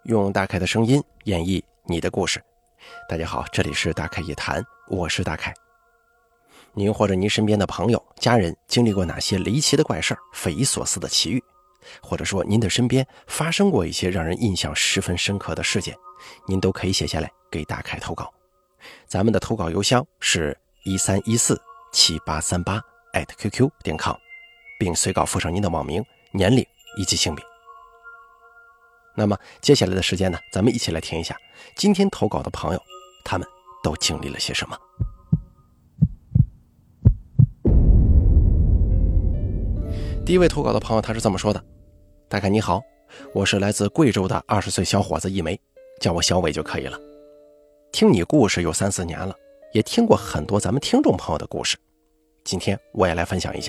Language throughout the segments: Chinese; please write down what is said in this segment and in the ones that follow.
用大凯的声音演绎你的故事。大家好，这里是大凯夜谈，我是大凯。您或者您身边的朋友、家人经历过哪些离奇的怪事儿、匪夷所思的奇遇，或者说您的身边发生过一些让人印象十分深刻的事件，您都可以写下来给大凯投稿。咱们的投稿邮箱是13147838@qq.com， 并随稿附上您的网名、年龄以及性别。那么接下来的时间呢，咱们一起来听一下今天投稿的朋友他们都经历了些什么。第一位投稿的朋友他是这么说的：大概你好，我是来自贵州的20岁小伙子一枚，叫我小伟就可以了。听你故事有3-4年了，也听过很多咱们听众朋友的故事，今天我也来分享一下。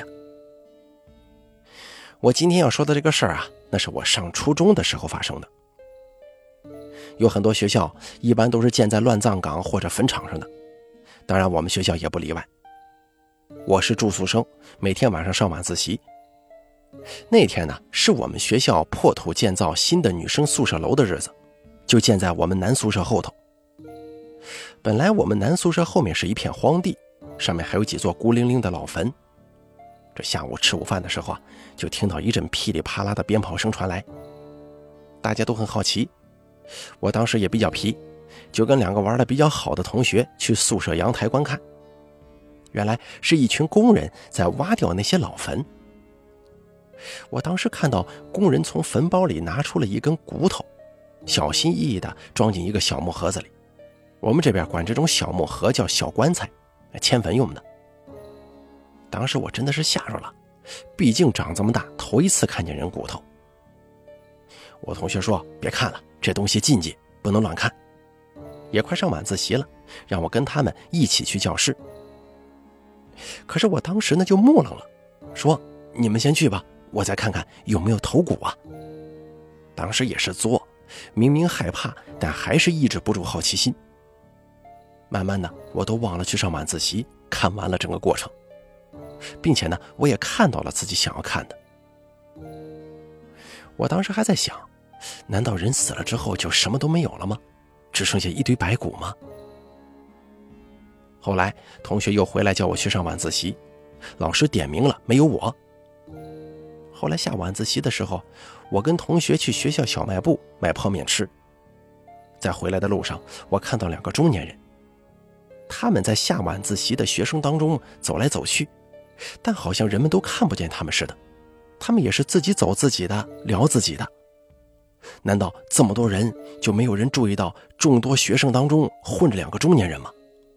我今天要说的这个事儿啊，那是我上初中的时候发生的。有很多学校一般都是建在乱葬岗或者坟场上的，当然我们学校也不例外。我是住宿生，每天晚上上晚自习。那天呢，是我们学校破土建造新的女生宿舍楼的日子，就建在我们男宿舍后头。本来我们男宿舍后面是一片荒地，上面还有几座孤零零的老坟。这下午吃午饭的时候啊，就听到一阵噼里啪啦的鞭炮声传来，大家都很好奇。我当时也比较皮，就跟2个玩得比较好的同学去宿舍阳台观看。原来是一群工人在挖掉那些老坟。我当时看到工人从坟包里拿出了一根骨头，小心翼翼地装进一个小木盒子里。我们这边管这种小木盒叫小棺材，迁坟用的。当时我真的是吓着了，毕竟长这么大头一次看见人骨头。我同学说别看了，这东西禁忌，不能乱看。也快上晚自习了，让我跟他们一起去教室。可是我当时呢就木愣了，说你们先去吧，我再看看有没有头骨啊。当时也是作，明明害怕，但还是抑制不住好奇心。慢慢的我都忘了去上晚自习，看完了整个过程，并且呢我也看到了自己想要看的。我当时还在想，难道人死了之后就什么都没有了吗？只剩下一堆白骨吗？后来同学又回来叫我去上晚自习，老师点名了，没有我。后来下晚自习的时候，我跟同学去学校小卖部买泡面吃。在回来的路上，我看到2个中年人，他们在下晚自习的学生当中走来走去，但好像人们都看不见他们似的，他们也是自己走自己的，聊自己的。难道这么多人就没有人注意到众多学生当中混着2个中年人吗？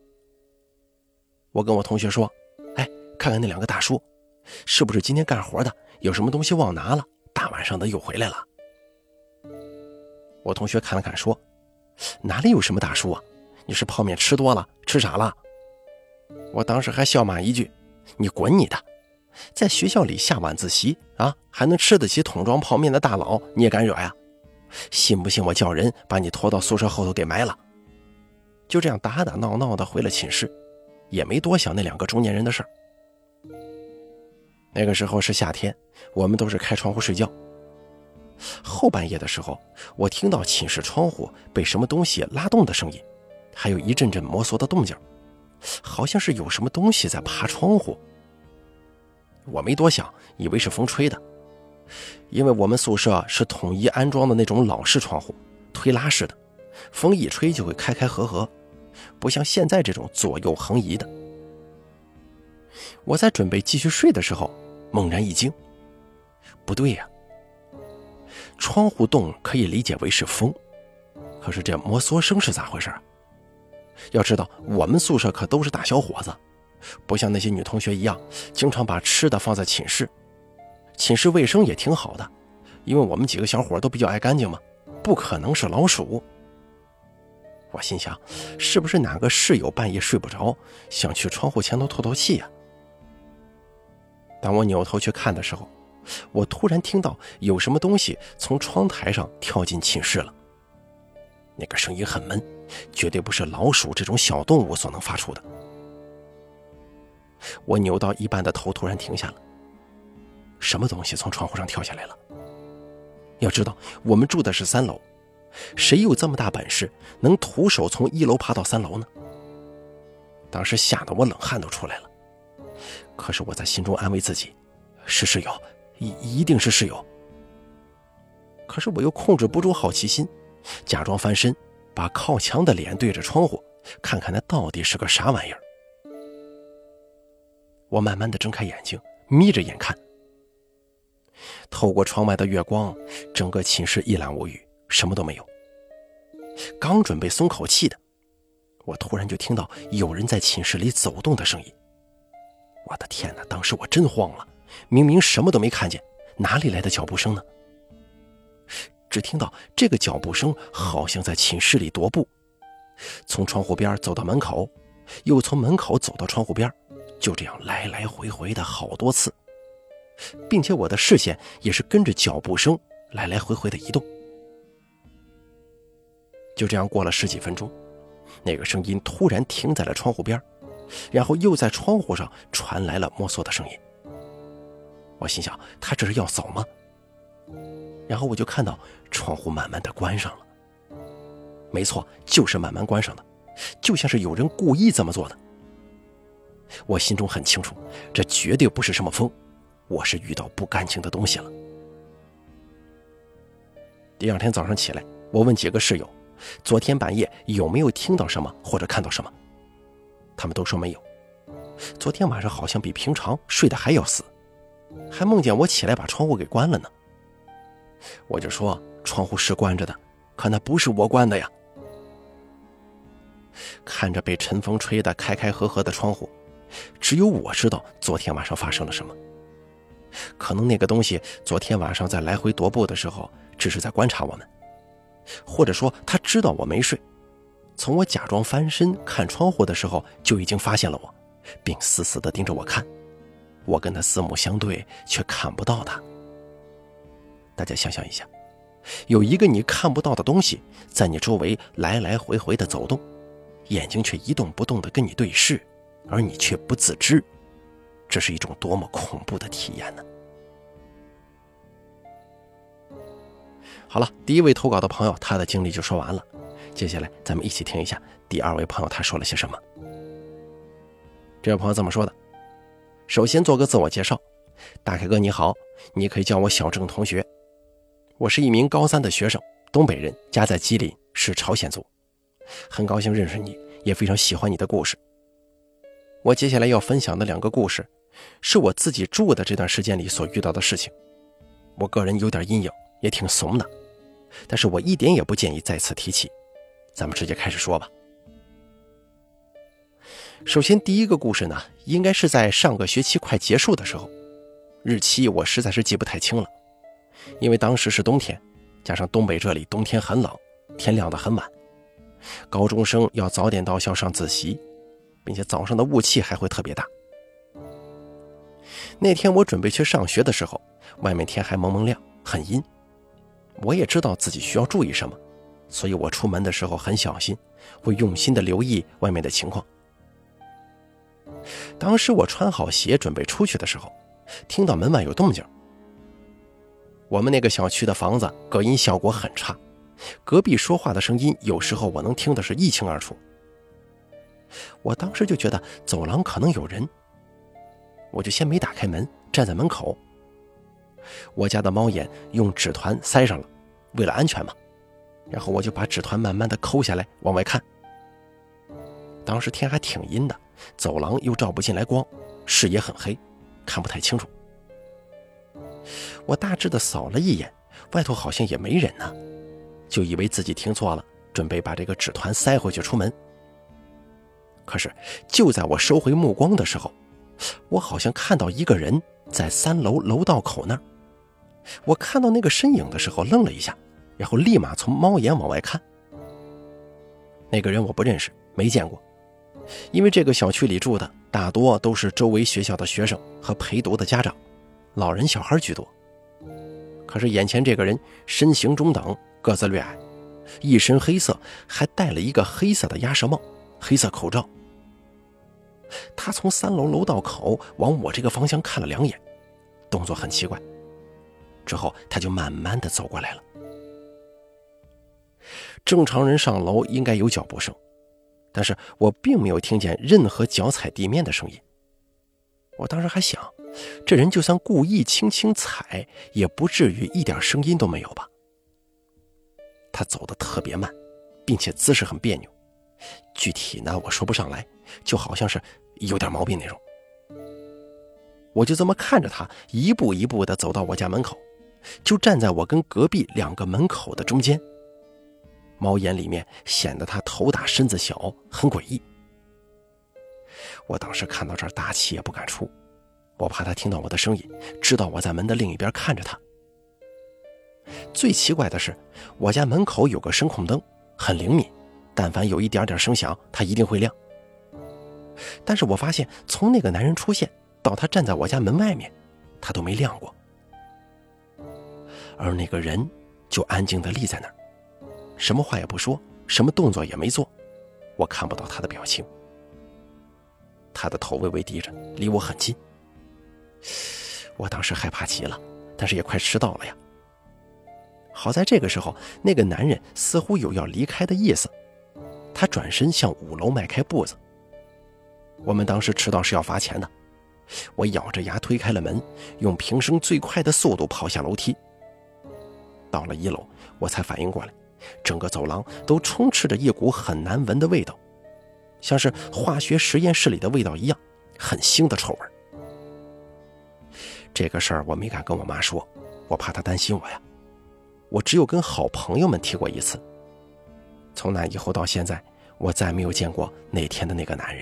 我跟我同学说，看看那2个大叔，是不是今天干活的有什么东西忘拿了，大晚上的又回来了。我同学看了看说，哪里有什么大叔啊，你是泡面吃多了，吃傻了。我当时还笑骂一句，你滚你的，在学校里下晚自习啊，还能吃得起桶装泡面的大佬，你也敢惹呀？信不信我叫人把你拖到宿舍后头给埋了？就这样打打闹闹的回了寝室，也没多想那2个中年人的事儿。那个时候是夏天，我们都是开窗户睡觉。后半夜的时候，我听到寝室窗户被什么东西拉动的声音，还有一阵阵摩挲的动静，好像是有什么东西在爬窗户。我没多想，以为是风吹的，因为我们宿舍是统一安装的那种老式窗户，推拉式的，风一吹就会开开合合，不像现在这种左右横移的。我在准备继续睡的时候，猛然一惊，不对呀，窗户动可以理解为是风，可是这摩挲声是咋回事啊？要知道我们宿舍可都是大小伙子，不像那些女同学一样经常把吃的放在寝室，寝室卫生也挺好的，因为我们几个小伙都比较爱干净嘛，不可能是老鼠。我心想，是不是哪个室友半夜睡不着，想去窗户前头透透气呀？当我扭头去看的时候，我突然听到有什么东西从窗台上跳进寝室了。那个声音很闷，绝对不是老鼠这种小动物所能发出的。我扭到一半的头突然停下了，什么东西从窗户上跳下来了？要知道我们住的是3楼， 谁有这么大本事能徒手从1楼爬到3楼呢？当时吓得我冷汗都出来了。可是我在心中安慰自己，是室友，一定是室友。可是我又控制不住好奇心，假装翻身，把靠墙的脸对着窗户，看看那到底是个啥玩意儿。我慢慢地睁开眼睛，眯着眼看。透过窗外的月光，整个寝室一览无余，什么都没有。刚准备松口气的，我突然就听到有人在寝室里走动的声音。我的天哪，当时我真慌了，明明什么都没看见，哪里来的脚步声呢？只听到这个脚步声好像在寝室里踱步，从窗户边走到门口，又从门口走到窗户边，就这样来来回回的好多次，并且我的视线也是跟着脚步声来来回回的移动。就这样过了10几分钟，那个声音突然停在了窗户边，然后又在窗户上传来了摸索的声音。我心想，他这是要扫吗？然后我就看到窗户慢慢的关上了。没错，就是慢慢关上的，就像是有人故意这么做的。我心中很清楚，这绝对不是什么风，我是遇到不干净的东西了。第2天早上起来，我问几个室友，昨天半夜有没有听到什么或者看到什么？他们都说没有。昨天晚上好像比平常睡得还要死，还梦见我起来把窗户给关了呢。我就说窗户是关着的，可那不是我关的呀。看着被晨风吹得开开合合的窗户，只有我知道昨天晚上发生了什么。可能那个东西昨天晚上在来回踱步的时候只是在观察我们，或者说他知道我没睡，从我假装翻身看窗户的时候就已经发现了我，并死死地盯着我看。我跟他四目相对，却看不到他。大家想象一下，有一个你看不到的东西在你周围来来回回地走动，眼睛却一动不动地跟你对视，而你却不自知，这是一种多么恐怖的体验呢？好了，第1位投稿的朋友他的经历就说完了，接下来咱们一起听一下第2位朋友他说了些什么。这位朋友这么说的：首先做个自我介绍，大凯哥你好，你可以叫我小郑同学。我是一名高3的学生，东北人，家在吉林，是朝鲜族。很高兴认识你，也非常喜欢你的故事。我接下来要分享的2个故事，是我自己住的这段时间里所遇到的事情。我个人有点阴影，也挺怂的，但是我一点也不建议再次提起。咱们直接开始说吧。首先第1个故事呢，应该是在上个学期快结束的时候，日期我实在是记不太清了，因为当时是冬天，加上东北这里冬天很冷，天亮得很晚，高中生要早点到校上自习，并且早上的雾气还会特别大。那天我准备去上学的时候，外面天还蒙蒙亮，很阴。我也知道自己需要注意什么，所以我出门的时候很小心，会用心地留意外面的情况。当时我穿好鞋准备出去的时候，听到门外有动静。我们那个小区的房子隔音效果很差，隔壁说话的声音有时候我能听的是一清二楚。我当时就觉得走廊可能有人，我就先没打开门，站在门口。我家的猫眼用纸团塞上了，为了安全嘛，然后我就把纸团慢慢的抠下来往外看。当时天还挺阴的，走廊又照不进来光，视野很黑，看不太清楚。我大致的扫了一眼，外头好像也没人呢，就以为自己听错了，准备把这个纸团塞回去出门。可是就在我收回目光的时候，我好像看到一个人在3楼楼道口那儿。我看到那个身影的时候愣了一下，然后立马从猫眼往外看。那个人我不认识，没见过，因为这个小区里住的大多都是周围学校的学生和陪读的家长，老人小孩居多。可是眼前这个人身形中等，个子略矮，一身黑色，还戴了一个黑色的鸭舌帽，黑色口罩。他从3楼楼道口往我这个方向看了2眼，动作很奇怪，之后他就慢慢地走过来了。 正常人上楼应该有脚步声，但是我并没有听见任何脚踩地面的声音。我当时还想，这人就算故意轻轻踩，也不至于一点声音都没有吧。他走得特别慢，并且姿势很别扭，具体呢我说不上来，就好像是有点毛病那种。我就这么看着他一步一步地走到我家门口，就站在我跟隔壁2个门口的中间。猫眼里面显得他头大身子小，很诡异。我当时看到这儿大气也不敢出，我怕他听到我的声音，知道我在门的另一边看着他。最奇怪的是，我家门口有个声控灯，很灵敏，但凡有一点点声响，它一定会亮。但是我发现从那个男人出现到他站在我家门外面，他都没亮过。而那个人就安静地立在那儿，什么话也不说，什么动作也没做，我看不到他的表情。他的头微微低着，离我很近。我当时害怕极了，但是也快迟到了呀。好在这个时候，那个男人似乎有要离开的意思，他转身向5楼迈开步子。我们当时迟到是要罚钱的，我咬着牙推开了门，用平生最快的速度跑下楼梯。到了1楼，我才反应过来，整个走廊都充斥着一股很难闻的味道，像是化学实验室里的味道一样，很腥的臭味。这个事儿我没敢跟我妈说，我怕她担心我呀。我只有跟好朋友们提过一次。从那以后到现在，我再没有见过那天的那个男人。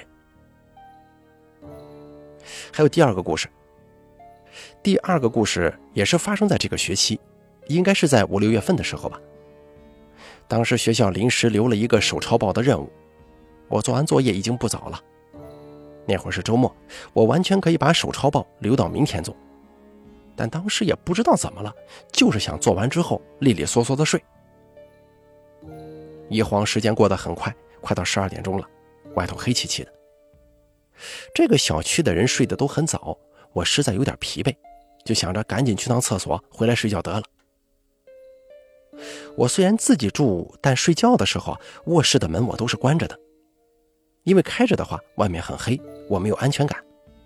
还有第2个故事。第2个故事也是发生在这个学期，应该是在5、6月份的时候吧。当时学校临时留了一个手抄报的任务，我做完作业已经不早了。那会儿是周末，我完全可以把手抄报留到明天做。但当时也不知道怎么了，就是想做完之后利利索索的睡。一晃时间过得很快，快到12点钟了，外头黑漆漆的。这个小区的人睡得都很早，我实在有点疲惫，就想着赶紧去趟厕所，回来睡觉得了。我虽然自己住，但睡觉的时候卧室的门我都是关着的，因为开着的话外面很黑，我没有安全感。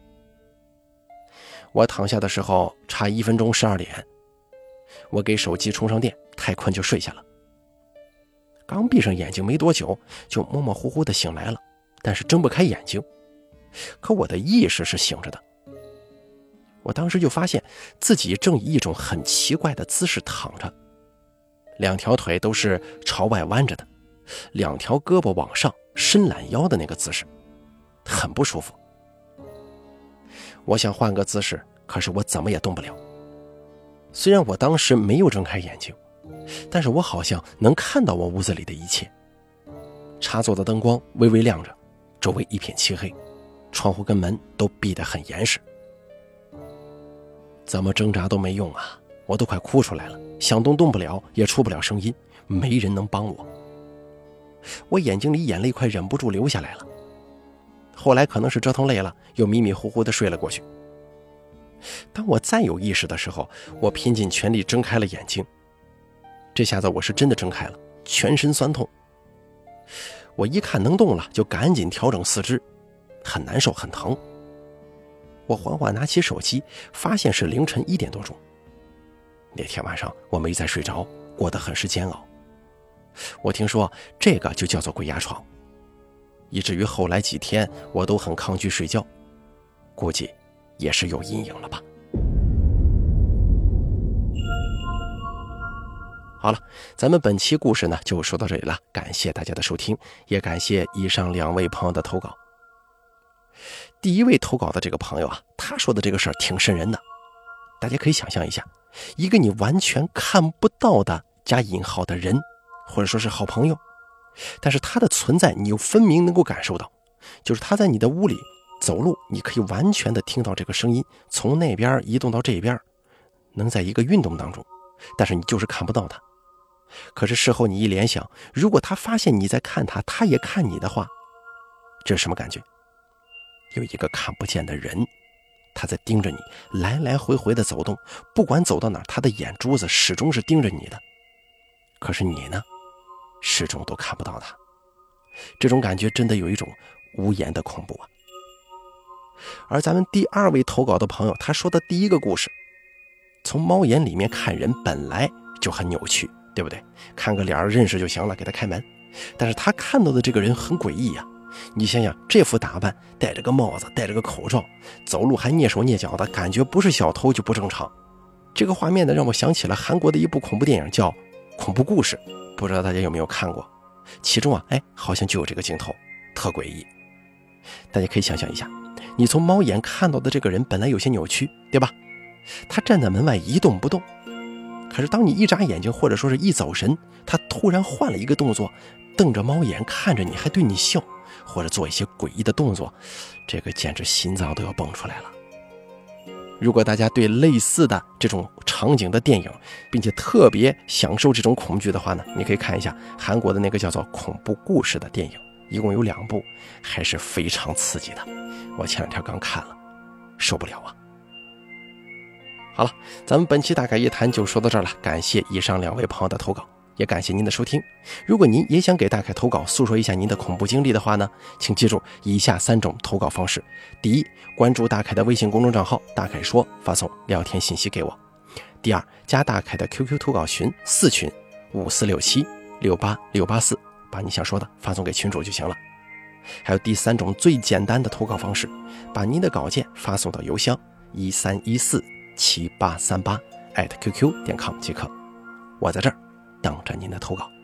我躺下的时候差1分钟12点，我给手机充上电，太困就睡下了。刚闭上眼睛没多久，就模模糊糊的醒来了，但是睁不开眼睛。可我的意识是醒着的。我当时就发现自己正以一种很奇怪的姿势躺着，2条腿都是朝外弯着的，2条胳膊往上伸懒腰的那个姿势，很不舒服。我想换个姿势，可是我怎么也动不了。虽然我当时没有睁开眼睛，但是我好像能看到我屋子里的一切。插座的灯光微微亮着，周围一片漆黑，窗户跟门都闭得很严实。怎么挣扎都没用啊，我都快哭出来了，想动不了，也出不了声音，没人能帮我。我眼睛里眼泪快忍不住流下来了。后来可能是折腾累了，又迷迷糊糊地睡了过去。当我再有意识的时候，我拼尽全力睁开了眼睛。这下子我是真的睁开了，全身酸痛。我一看能动了，就赶紧调整四肢，很难受很疼。我缓缓拿起手机，发现是凌晨1点多钟。那天晚上我没再睡着，过得很是煎熬。我听说这个就叫做鬼压床，以至于后来几天我都很抗拒睡觉，估计也是有阴影了吧。好了，咱们本期故事呢就说到这里了，感谢大家的收听，也感谢以上2位朋友的投稿。第1位投稿的这个朋友啊，他说的这个事儿挺瘆人的。大家可以想象一下，一个你完全看不到的加引号的人，或者说是好朋友，但是他的存在你又分明能够感受到，就是他在你的屋里走路，你可以完全的听到这个声音从那边移动到这边，能在一个运动当中，但是你就是看不到他。可是事后你一联想，如果他发现你在看他，他也看你的话，这是什么感觉？有一个看不见的人，他在盯着你来来回回的走动，不管走到哪儿，他的眼珠子始终是盯着你的。可是你呢， 始终都看不到他。这种感觉真的有一种无言的恐怖啊。而咱们第2位投稿的朋友，他说的第一个故事，从猫眼里面看人本来就很扭曲，对不对？看个脸认识就行了，给他开门。但是他看到的这个人很诡异呀。你想想，这副打扮，戴着个帽子，戴着个口罩，走路还蹑手蹑脚的，感觉不是小偷就不正常。这个画面呢，让我想起了韩国的一部恐怖电影，叫《恐怖故事》，不知道大家有没有看过？其中啊，好像就有这个镜头，特诡异。大家可以想象一下，你从猫眼看到的这个人本来有些扭曲，对吧？他站在门外一动不动，可是当你一眨眼睛或者说是一走神，他突然换了一个动作，瞪着猫眼看着你，还对你笑，或者做一些诡异的动作，这个简直心脏都要蹦出来了。如果大家对类似的这种场景的电影，并且特别享受这种恐惧的话呢，你可以看一下韩国的那个叫做《恐怖故事》的电影，一共有2部，还是非常刺激的。我前2天刚看了，受不了啊。好了，咱们本期大概一谈就说到这儿了，感谢以上2位朋友的投稿，也感谢您的收听。如果您也想给大凯投稿，诉说一下您的恐怖经历的话呢，请记住以下3种投稿方式。第一，关注大凯的微信公众账号大凯说，发送聊天信息给我。第二，加大凯的 QQ 投稿群4群5467-68684，把你想说的发送给群主就行了。还有第3种最简单的投稿方式，把您的稿件发送到邮箱13147838@qq.com 即可。我在这儿等着您的投稿。